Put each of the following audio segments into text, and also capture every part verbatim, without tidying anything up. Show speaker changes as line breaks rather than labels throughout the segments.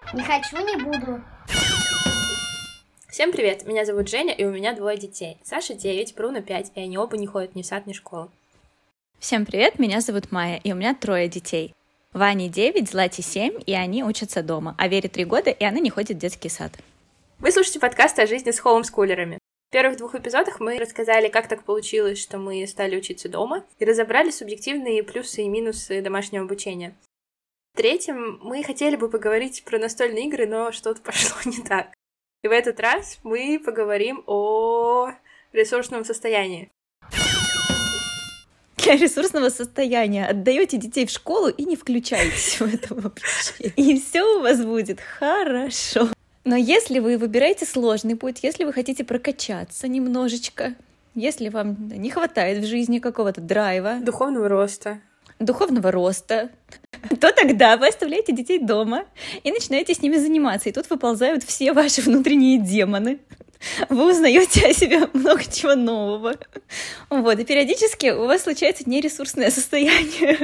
Не хочу, не буду.
Всем привет, меня зовут Женя, и у меня двое детей. Саша девять, Бруно пять, и они оба не ходят ни в сад, ни в школу.
Всем привет, меня зовут Майя, и у меня трое детей. Ване девять, Злате семь, и они учатся дома, а Вере три года, и она не ходит в детский сад.
Вы слушаете подкаст о жизни с хоумскулерами. В первых двух эпизодах мы рассказали, как так получилось, что мы стали учиться дома, и разобрали субъективные плюсы и минусы домашнего обучения. В третьем мы хотели бы поговорить про настольные игры, но что-то пошло не так. И в этот раз мы поговорим о ресурсном состоянии.
Для ресурсного состояния отдаете детей в школу и не включаетесь в это вообще. И все у вас будет хорошо. Но если вы выбираете сложный путь, если вы хотите прокачаться немножечко, если вам не хватает в жизни какого-то драйва,
Духовного роста.
духовного роста, то тогда вы оставляете детей дома и начинаете с ними заниматься. И тут выползают все ваши внутренние демоны. Вы узнаете о себе много чего нового. Вот, и периодически у вас случается нересурсное состояние.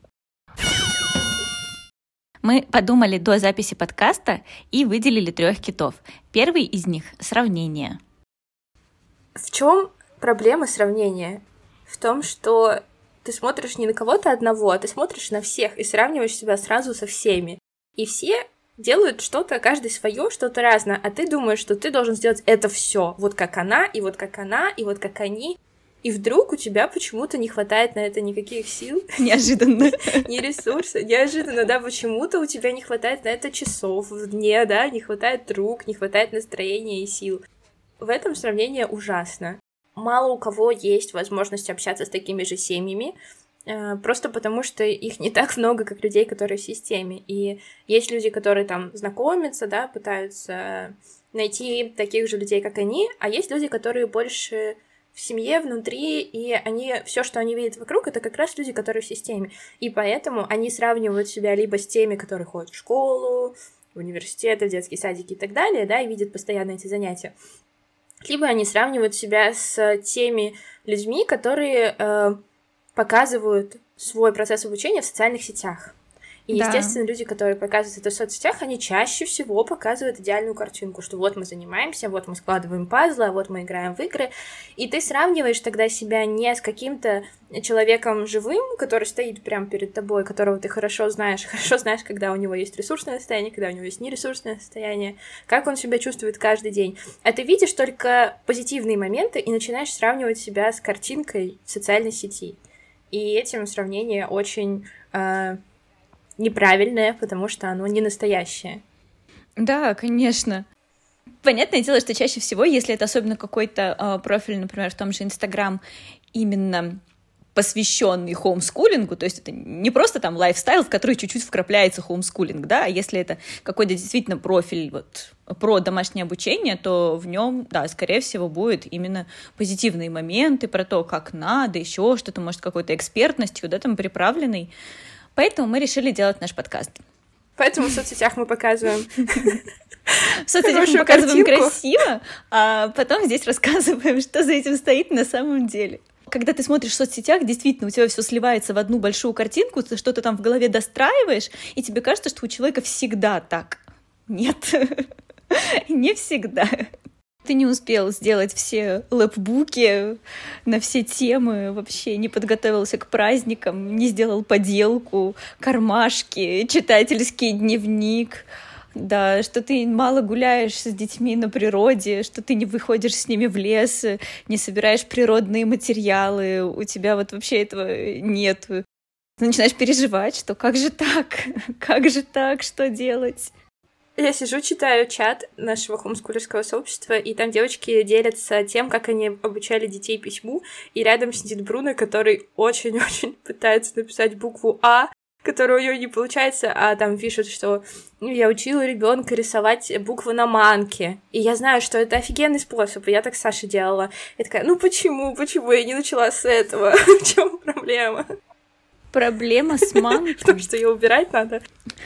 Мы подумали до записи подкаста и выделили трех китов. Первый из них — сравнение.
В чем проблема сравнения? В том, что ты смотришь не на кого-то одного, а ты смотришь на всех и сравниваешь себя сразу со всеми. И все делают что-то, каждый свое, что-то разное, а ты думаешь, что ты должен сделать это все, вот как она, и вот как она, и вот как они. И вдруг у тебя почему-то не хватает на это никаких сил.
Неожиданно.
Ни ресурсов. Неожиданно, да, почему-то у тебя не хватает на это часов в дне, да, не хватает рук, не хватает настроения и сил. В этом сравнение ужасно. Мало у кого есть возможность общаться с такими же семьями, просто потому что их не так много, как людей, которые в системе. И есть люди, которые там знакомятся, да, пытаются найти таких же людей, как они, а есть люди, которые больше в семье, внутри, и они все, что они видят вокруг, это как раз люди, которые в системе. И поэтому они сравнивают себя либо с теми, которые ходят в школу, в университеты, в детские садики и так далее, да, и видят постоянно эти занятия. Либо они сравнивают себя с теми людьми, которые э, показывают свой процесс обучения в социальных сетях. И, да. Естественно, люди, которые показывают это в соцсетях, они чаще всего показывают идеальную картинку, что вот мы занимаемся, вот мы складываем пазлы, вот мы играем в игры. И ты сравниваешь тогда себя не с каким-то человеком живым, который стоит прямо перед тобой, которого ты хорошо знаешь, хорошо знаешь, когда у него есть ресурсное состояние, когда у него есть нересурсное состояние, как он себя чувствует каждый день. А ты видишь только позитивные моменты и начинаешь сравнивать себя с картинкой в социальной сети. И этим сравнение очень... Э- неправильное, потому что оно не настоящее.
Да, конечно. Понятное дело, что чаще всего, если это особенно какой-то э, профиль, например, в том же Инстаграм, именно посвященный хоумскулингу, то есть это не просто там лайфстайл, в который чуть-чуть вкрапляется хоумскулинг, да, а если это какой-то действительно профиль вот про домашнее обучение, то в нем, да, скорее всего, будет именно позитивные моменты про то, как надо, еще что-то, может, какой-то экспертностью, да, там приправленный. Поэтому мы решили делать наш подкаст.
Поэтому в соцсетях мы показываем
В соцсетях мы показываем красиво, а потом здесь рассказываем, что за этим стоит на самом деле. Когда ты смотришь в соцсетях, действительно, у тебя все сливается в одну большую картинку, ты что-то там в голове достраиваешь, и тебе кажется, что у человека всегда так. Нет, не всегда. Ты не успел сделать все лэпбуки на все темы, вообще не подготовился к праздникам, не сделал поделку, кармашки, читательский дневник, да, что ты мало гуляешь с детьми на природе, что ты не выходишь с ними в лес, не собираешь природные материалы, у тебя вот вообще этого нет. Ты начинаешь переживать, что как же так, как же так, что делать?
Я сижу, читаю чат нашего хоумскулерского сообщества, и там девочки делятся тем, как они обучали детей письму, и рядом сидит Бруно, который очень-очень пытается написать букву «А», которая у него не получается, а там пишут, что ну, я учила ребенка рисовать буквы на манке, и я знаю, что это офигенный способ, и я так с Сашей делала. Я такая, ну почему, почему я не начала с этого? В чем проблема?
Проблема с манкой.
Потому что ее убирать надо.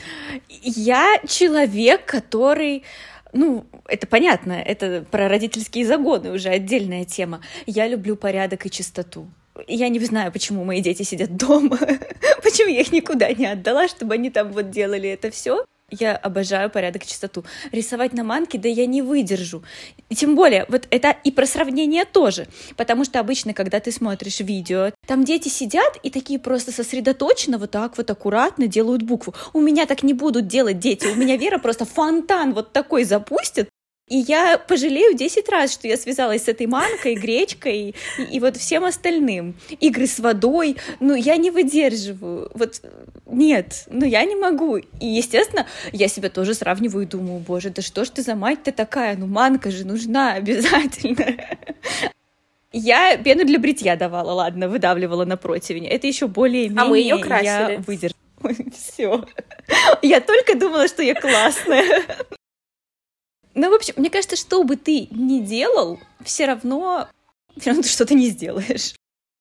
Я человек, который... Ну, это понятно, это про родительские загоны уже отдельная тема. Я люблю порядок и чистоту. Я не знаю, почему мои дети сидят дома, почему я их никуда не отдала, чтобы они там вот делали это все. Я обожаю порядок и чистоту. Рисовать на манке, да я не выдержу. И тем более, вот это и про сравнение тоже. Потому что обычно, когда ты смотришь видео, там дети сидят и такие просто сосредоточенно вот так вот аккуратно делают букву. У меня так не будут делать дети. У меня Вера просто фонтан вот такой запустит. И я пожалею десять раз, что я связалась с этой манкой, гречкой и, и вот всем остальным. Игры с водой, ну, я не выдерживаю. Вот нет, ну, я не могу. И, естественно, я себя тоже сравниваю и думаю, боже, да что ж ты за мать-то такая? Ну, манка же нужна обязательно. Я пену для бритья давала, ладно, выдавливала на противень. Это еще более-менее.
А мы ее красили.
Я выдержала. Все. Я только думала, что я классная. Ну, в общем, мне кажется, что бы ты ни делал, все равно, все равно ты что-то не сделаешь.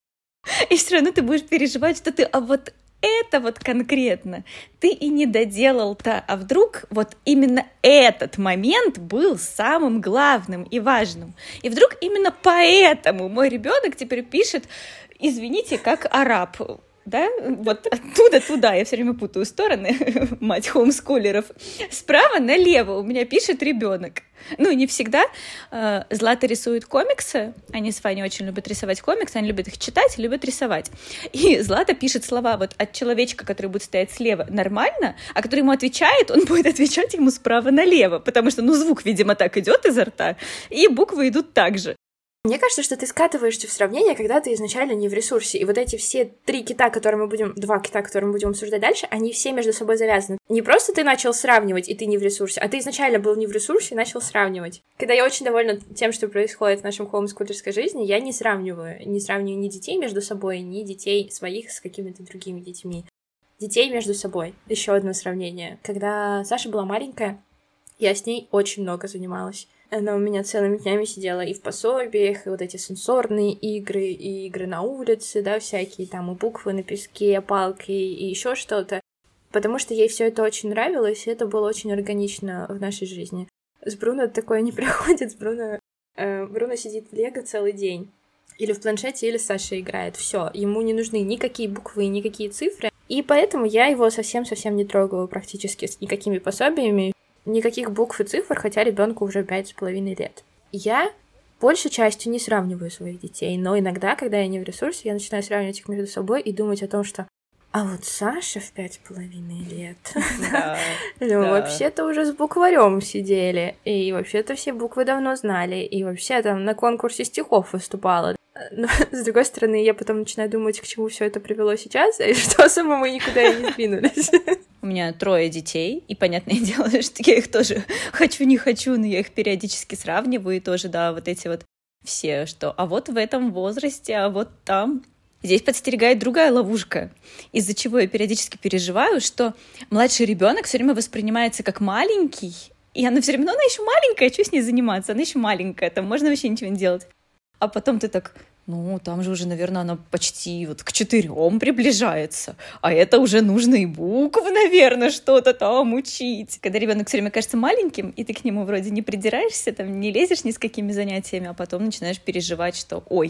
И все равно ты будешь переживать, что ты, а вот это вот конкретно ты и не доделал-то, а вдруг вот именно этот момент был самым главным и важным. И вдруг именно поэтому мой ребенок теперь пишет, извините, как араб. Да, вот оттуда туда, я все время путаю стороны, мать хоумскулеров. Справа налево у меня пишет ребенок. Ну, не всегда. Злата рисует комиксы, они с Ваней очень любят рисовать комиксы, они любят их читать, любят рисовать. И Злата пишет слова вот от человечка, который будет стоять слева, нормально, а который ему отвечает, он будет отвечать ему справа налево, потому что, ну, звук, видимо, так идет изо рта, и буквы идут так же.
Мне кажется, что ты скатываешься в сравнение, когда ты изначально не в ресурсе. И вот эти все три кита, которые мы будем... Два кита, которые мы будем обсуждать дальше, они все между собой завязаны. Не просто ты начал сравнивать, и ты не в ресурсе, а ты изначально был не в ресурсе и начал сравнивать. Когда я очень довольна тем, что происходит в нашем хоумскулерской жизни, я не сравниваю. Не сравниваю ни детей между собой, ни детей своих с какими-то другими детьми. Детей между собой. Еще одно сравнение. Когда Саша была маленькая, я с ней очень много занималась. Она у меня целыми днями сидела и в пособиях, и вот эти сенсорные игры, и игры на улице, да, всякие там, и буквы на песке, палки, и еще что-то. Потому что ей все это очень нравилось, и это было очень органично в нашей жизни. С Бруно такое не проходит, с Бруно... Э, Бруно сидит в Лего целый день. Или в планшете, или Саша играет. Все, ему не нужны никакие буквы, никакие цифры. И поэтому я его совсем-совсем не трогала практически с никакими пособиями. Никаких букв и цифр, хотя ребенку уже пять с половиной лет. Я большей частью не сравниваю своих детей, но иногда, когда я не в ресурсе, я начинаю сравнивать их между собой и думать о том, что а вот Саша в пять с половиной лет, ну, вообще-то уже с букварем сидели, и вообще-то все буквы давно знали, и вообще там на конкурсе стихов выступала. Но, с другой стороны, я потом начинаю думать, к чему все это привело сейчас, и что особо мы никуда и не сдвинулись.
У меня трое детей, и понятное дело, что я их тоже хочу, не хочу, но я их периодически сравниваю, и тоже, да, вот эти вот все, что а вот в этом возрасте, а вот там. Здесь подстерегает другая ловушка, из-за чего я периодически переживаю, что младший ребенок все время воспринимается как маленький, и она все равно, она еще маленькая, что с ней заниматься, она еще маленькая, там можно вообще ничего не делать. А потом ты так, ну, там же уже, наверное, она почти вот к четырем приближается, а это уже нужно и буквы, наверное, что-то там учить. Когда ребенок все время кажется маленьким, и ты к нему вроде не придираешься, там не лезешь ни с какими занятиями, а потом начинаешь переживать, что ой.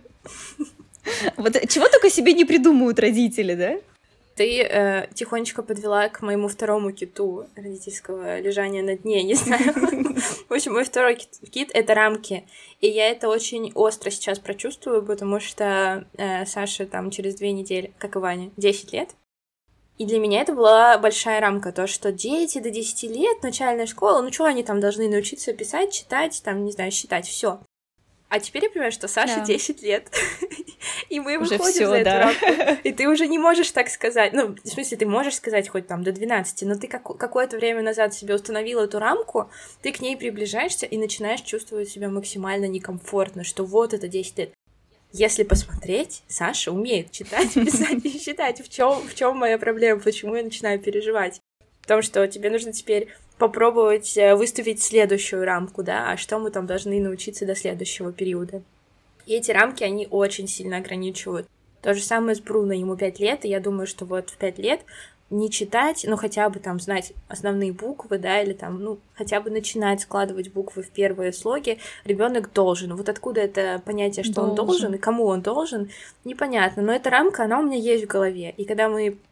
Вот чего только себе не придумывают родители, да?
Ты э, тихонечко подвела к моему второму киту родительского лежания на дне, не знаю. В общем, мой второй кит, кит — это рамки. И я это очень остро сейчас прочувствую, потому что э, Саше там через две недели, как и Ваня, десять лет. И для меня это была большая рамка, то, что дети до десяти лет, начальная школа, ну что они там должны научиться писать, читать, там, не знаю, считать, все. А теперь я понимаю, что Саше да. десять лет, и мы уже выходим всё, за да. эту рамку, и ты уже не можешь так сказать, ну, в смысле, ты можешь сказать хоть там до двенадцати, но ты как- какое-то время назад себе установила эту рамку, ты к ней приближаешься и начинаешь чувствовать себя максимально некомфортно, что вот это десять лет. Если посмотреть, Саша умеет читать, писать и считать. В чем, в чем моя проблема, почему я начинаю переживать? В том, что тебе нужно теперь попробовать выставить следующую рамку, да, а что мы там должны научиться до следующего периода. И эти рамки, они очень сильно ограничивают. То же самое с Бруно, ему пять лет, и я думаю, что вот в пять лет не читать, ну, хотя бы там знать основные буквы, да, или там, ну, хотя бы начинать складывать буквы в первые слоги ребенок должен. Вот откуда это понятие, что должен. Он должен, и кому он должен, непонятно. Но эта рамка, она у меня есть в голове. И когда мы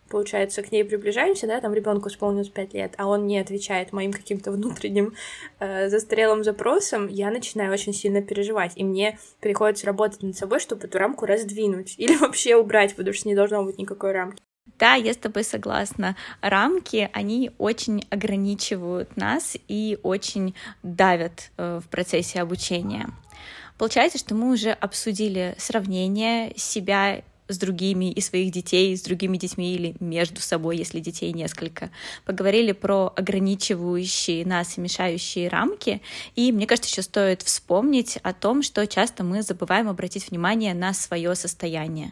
получается, к ней приближаемся, да, там ребенку исполнилось пять лет, а он не отвечает моим каким-то внутренним э, застарелым запросам, я начинаю очень сильно переживать, и мне приходится работать над собой, чтобы эту рамку раздвинуть или вообще убрать, потому что не должно быть никакой рамки.
Да, я с тобой согласна. Рамки, они очень ограничивают нас и очень давят э, в процессе обучения. Получается, что мы уже обсудили сравнение себя с другими и своих детей, с другими детьми или между собой, если детей несколько. Поговорили про ограничивающие нас и мешающие рамки, и мне кажется, еще стоит вспомнить о том, что часто мы забываем обратить внимание на свое состояние.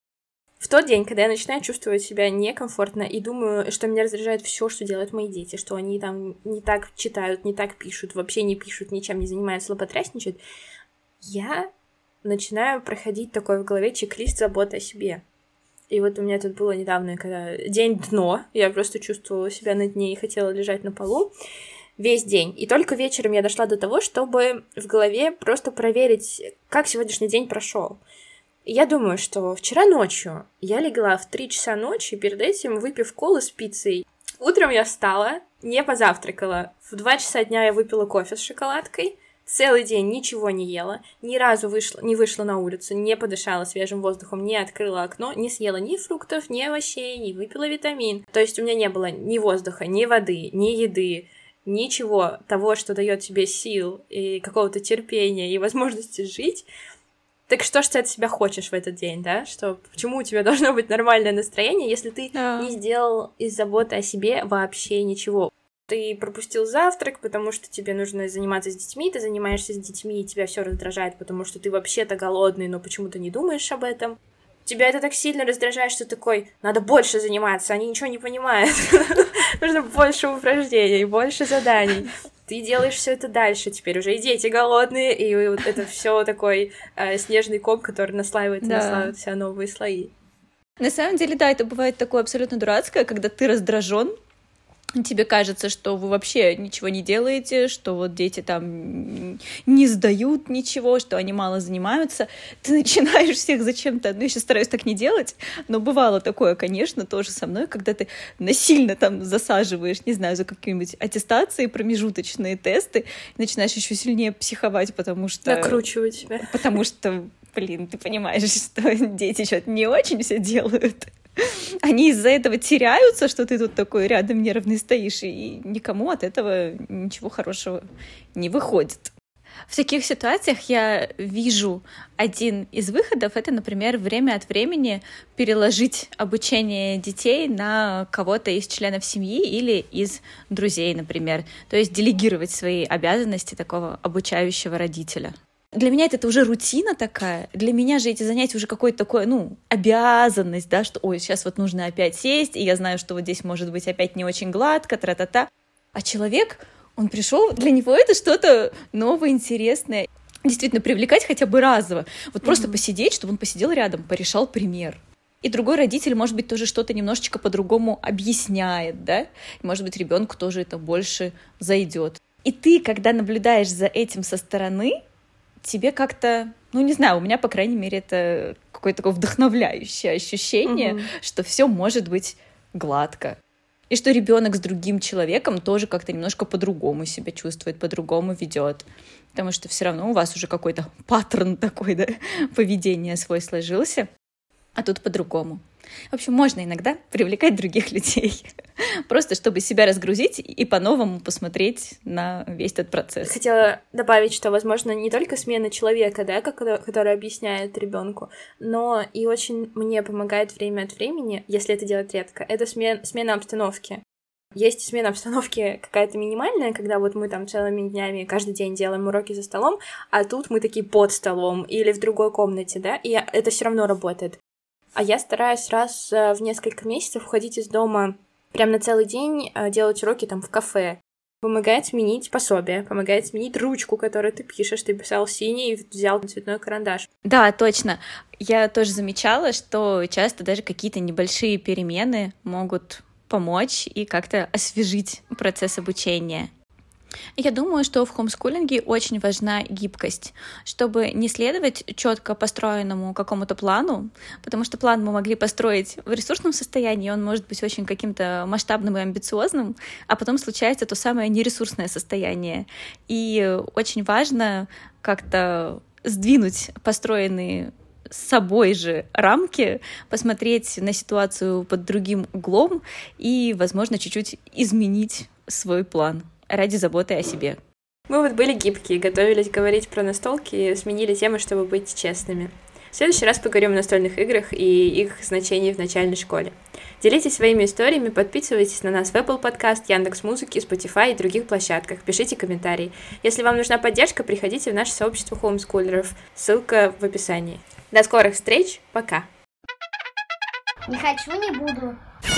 В тот день, когда я начинаю чувствовать себя некомфортно и думаю, что меня раздражает все, что делают мои дети, что они там не так читают, не так пишут, вообще не пишут, ничем не занимаются, лоботрясничают, я начинаю проходить такой в голове чек-лист заботы о себе. И вот у меня тут было недавно, когда день дно, я просто чувствовала себя на дне и хотела лежать на полу весь день. И только вечером я дошла до того, чтобы в голове просто проверить, как сегодняшний день прошел. Я думаю, что вчера ночью я легла в три часа ночи, перед этим выпив колу с пиццей. Утром я встала, не позавтракала. В два часа дня я выпила кофе с шоколадкой. Целый день ничего не ела, ни разу вышла, не вышла на улицу, не подышала свежим воздухом, не открыла окно, не съела ни фруктов, ни овощей, не выпила витамин. То есть у меня не было ни воздуха, ни воды, ни еды, ничего того, что дает тебе сил и какого-то терпения и возможности жить. Так что ж ты от себя хочешь в этот день, да? Что, почему у тебя должно быть нормальное настроение, если ты yeah. не сделал из заботы о себе вообще ничего? Ты пропустил завтрак, потому что тебе нужно заниматься с детьми, ты занимаешься с детьми, и тебя все раздражает, потому что ты вообще-то голодный, но почему-то не думаешь об этом. Тебя это так сильно раздражает, что такой, надо больше заниматься, они ничего не понимают. Нужно больше упражнений, больше заданий. Ты делаешь все это дальше, теперь уже и дети голодные, и вот это все такой э, снежный ком, который наслаивает и да. наслаивает все новые слои.
На самом деле, да, это бывает такое абсолютно дурацкое, когда ты раздражен, тебе кажется, что вы вообще ничего не делаете, что вот дети там не сдают ничего, что они мало занимаются. Ты начинаешь всех зачем-то... Ну, я сейчас стараюсь так не делать, но бывало такое, конечно, тоже со мной, когда ты насильно там засаживаешь, не знаю, за какие-нибудь аттестации, промежуточные тесты, и начинаешь еще сильнее психовать, потому что...
Накручивать себя.
Потому что, блин, ты понимаешь, что дети что-то не очень все делают. Они из-за этого теряются, что ты тут такой рядом нервный стоишь, и никому от этого ничего хорошего не выходит. В таких ситуациях я вижу один из выходов, это, например, время от времени переложить обучение детей на кого-то из членов семьи или из друзей, например. То есть делегировать свои обязанности такого обучающего родителя. Для меня это уже рутина такая, для меня же эти занятия уже какое-то такое, ну, обязанность, да, что, ой, сейчас вот нужно опять сесть, и я знаю, что вот здесь может быть опять не очень гладко, тра-та-та. А человек, он пришел, для него это что-то новое, интересное. Действительно, привлекать хотя бы разово. Вот mm-hmm. просто посидеть, чтобы он посидел рядом, порешал пример. И другой родитель, может быть, тоже что-то немножечко по-другому объясняет, да? Может быть, ребенку тоже это больше зайдет. И ты, когда наблюдаешь за этим со стороны, тебе как-то, ну, не знаю, у меня, по крайней мере, это какое-то такое вдохновляющее ощущение, mm-hmm. что все может быть гладко. И что ребенок с другим человеком тоже как-то немножко по-другому себя чувствует, по-другому ведет. Потому что все равно у вас уже какой-то паттерн такой, да, поведения свой сложился, а тут по-другому. В общем, можно иногда привлекать других людей, просто чтобы себя разгрузить и по-новому посмотреть на весь этот процесс.
Хотела добавить, что, возможно, не только смена человека, да, который объясняет ребенку, но и очень мне помогает время от времени, если это делать редко, это смена, смена обстановки. Есть смена обстановки какая-то минимальная, когда вот мы там целыми днями каждый день делаем уроки за столом, а тут мы такие под столом или в другой комнате, да, и это все равно работает. А я стараюсь раз в несколько месяцев уходить из дома прям на целый день, делать уроки там в кафе. Помогает сменить пособие, помогает сменить ручку, которую ты пишешь. Ты писал синий и взял цветной карандаш.
Да, точно. Я тоже замечала, что часто даже какие-то небольшие перемены могут помочь и как-то освежить процесс обучения. Я думаю, что в хомскулинге очень важна гибкость, чтобы не следовать четко построенному какому-то плану, потому что план мы могли построить в ресурсном состоянии, он может быть очень каким-то масштабным и амбициозным, а потом случается то самое нересурсное состояние. И очень важно как-то сдвинуть построенные с собой же рамки, посмотреть на ситуацию под другим углом и, возможно, чуть-чуть изменить свой план ради заботы о себе.
Мы вот были гибкие, готовились говорить про настолки и сменили тему, чтобы быть честными. В следующий раз поговорим о настольных играх и их значении в начальной школе. Делитесь своими историями, подписывайтесь на нас в Apple Podcast, Яндекс.Музыки, Spotify и других площадках. Пишите комментарии. Если вам нужна поддержка, приходите в наше сообщество хоумскулеров. Ссылка в описании. До скорых встреч. Пока.
Не хочу, не буду.